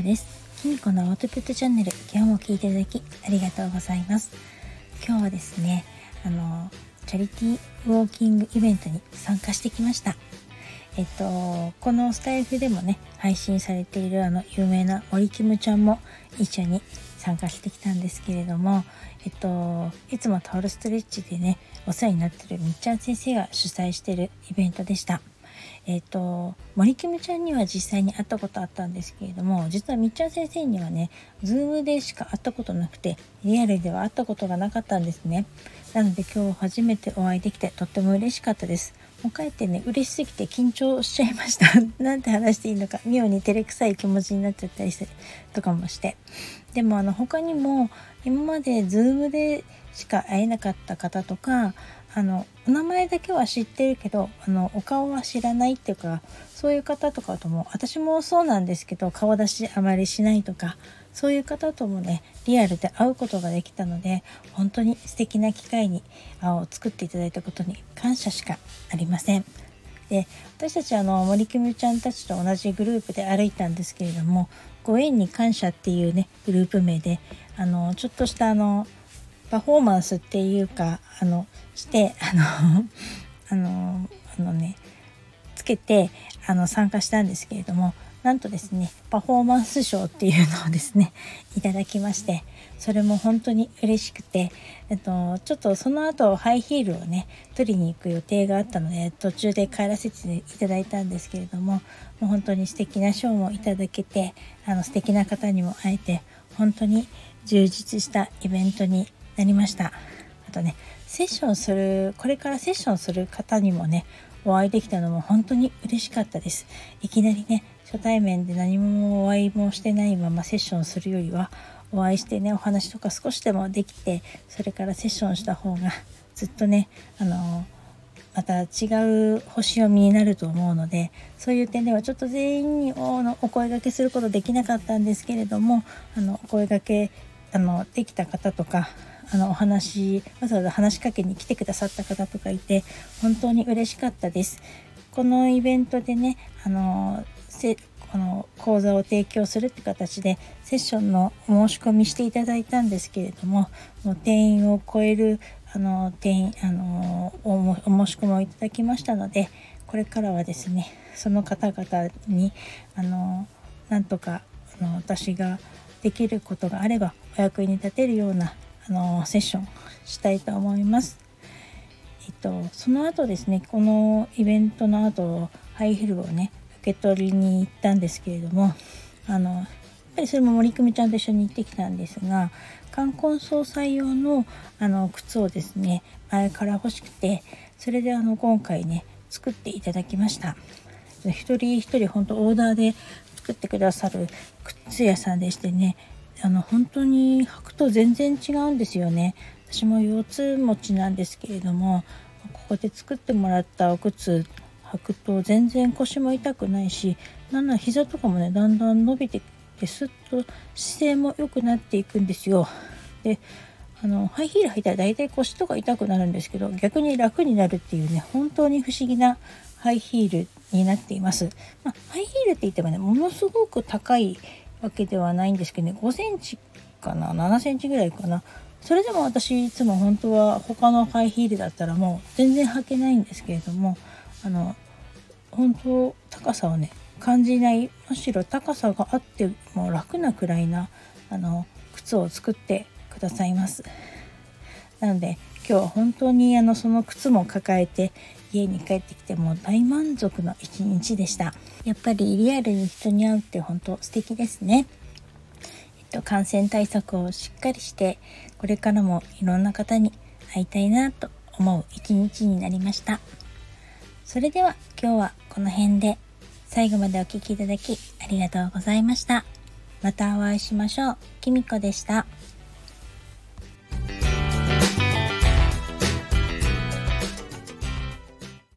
こです。きみこのアウトプットチャンネル、今日も聞いていただきありがとうございます。今日はですね、チャリティーウォーキングイベントに参加してきました。このスタイフでもね配信されている有名な森キムちゃんも一緒に参加してきたんですけれども、いつもタオルストレッチでねお世話になっているみっちゃん先生が主催しているイベントでした。森キムちゃんには実際に会ったことあったんですけれども、実はみっちゃん先生にはねズームでしか会ったことなくて、リアルでは会ったことがなかったんですね。なので今日初めてお会いできてとっても嬉しかったです。もう帰ってね嬉しすぎて緊張しちゃいましたなんて話していいのか妙に照れくさい気持ちになっちゃったりとかもして、でも他にも今までズームでしか会えなかった方とか、お名前だけは知ってるけどお顔は知らないっていうか、そういう方とかとも、私もそうなんですけど顔出しあまりしないとか、そういう方ともねリアルで会うことができたので、本当に素敵な機会に作っていただいたことに感謝しかありません。で、私たち森キムちゃんたちと同じグループで歩いたんですけれども、ご縁に感謝っていうねグループ名でちょっとしたパフォーマンスっていうかしてつけて参加したんですけれども、なんとですねパフォーマンス賞っていうのをですねいただきまして、それも本当に嬉しくて、ちょっとその後ハイヒールをね取りに行く予定があったので途中で帰らせていただいたんですけれども、もう本当に素敵な賞もいただけて素敵な方にも会えて、本当に充実したイベントになりました。あとねこれからセッションする方にもねお会いできたのも本当に嬉しかったです。いきなりね初対面で何もお会いもしてないままセッションするよりは、お会いしてねお話とか少しでもできて、それからセッションした方がずっとねまた違う星読みになると思うので、そういう点ではちょっと全員にお声掛けすることできなかったんですけれども、お声掛けできた方とかわざわざ話しかけに来てくださった方とかいて本当に嬉しかったです。このイベントでね講座を提供するって形でセッションのお申し込みしていただいたんですけれども、もう定員を超えるお申し込みをいただきましたので、これからはですねその方々になんとか私ができることがあればお役に立てるようなセッションしたいと思います。その後ですね、このイベントの後ハイヒールをね受け取りに行ったんですけれども、やっぱりそれも森久美ちゃんと一緒に行ってきたんですが、冠婚葬祭用の靴をですね前から欲しくて、それで今回ね作っていただきました。一人一人本当オーダーで作ってくださる靴屋さんでしてね、本当に履くと全然違うんですよね。私も腰痛持ちなんですけれども、ここで作ってもらったお靴履くと全然腰も痛くないし、なんなら膝とかもねだんだん伸びてきてスッと姿勢も良くなっていくんですよ。でハイヒール履いたら大体腰とか痛くなるんですけど、逆に楽になるっていうね本当に不思議なハイヒールになっています。ハイヒールって言ってもねものすごく高いわけではないんですけどね、5センチかな7センチぐらいかな。それでも私いつも本当は他のハイヒールだったらもう全然履けないんですけれども、本当高さをね感じない、むしろ高さがあっても楽なくらいな靴を作ってくださいます。なので今日は本当にその靴も抱えて家に帰ってきても大満足の一日でした。やっぱりリアルに人に会うって本当素敵ですね。感染対策をしっかりしてこれからもいろんな方に会いたいなと思う一日になりました。それでは今日はこの辺で、最後までお聞きいただきありがとうございました。またお会いしましょう。きみこでした。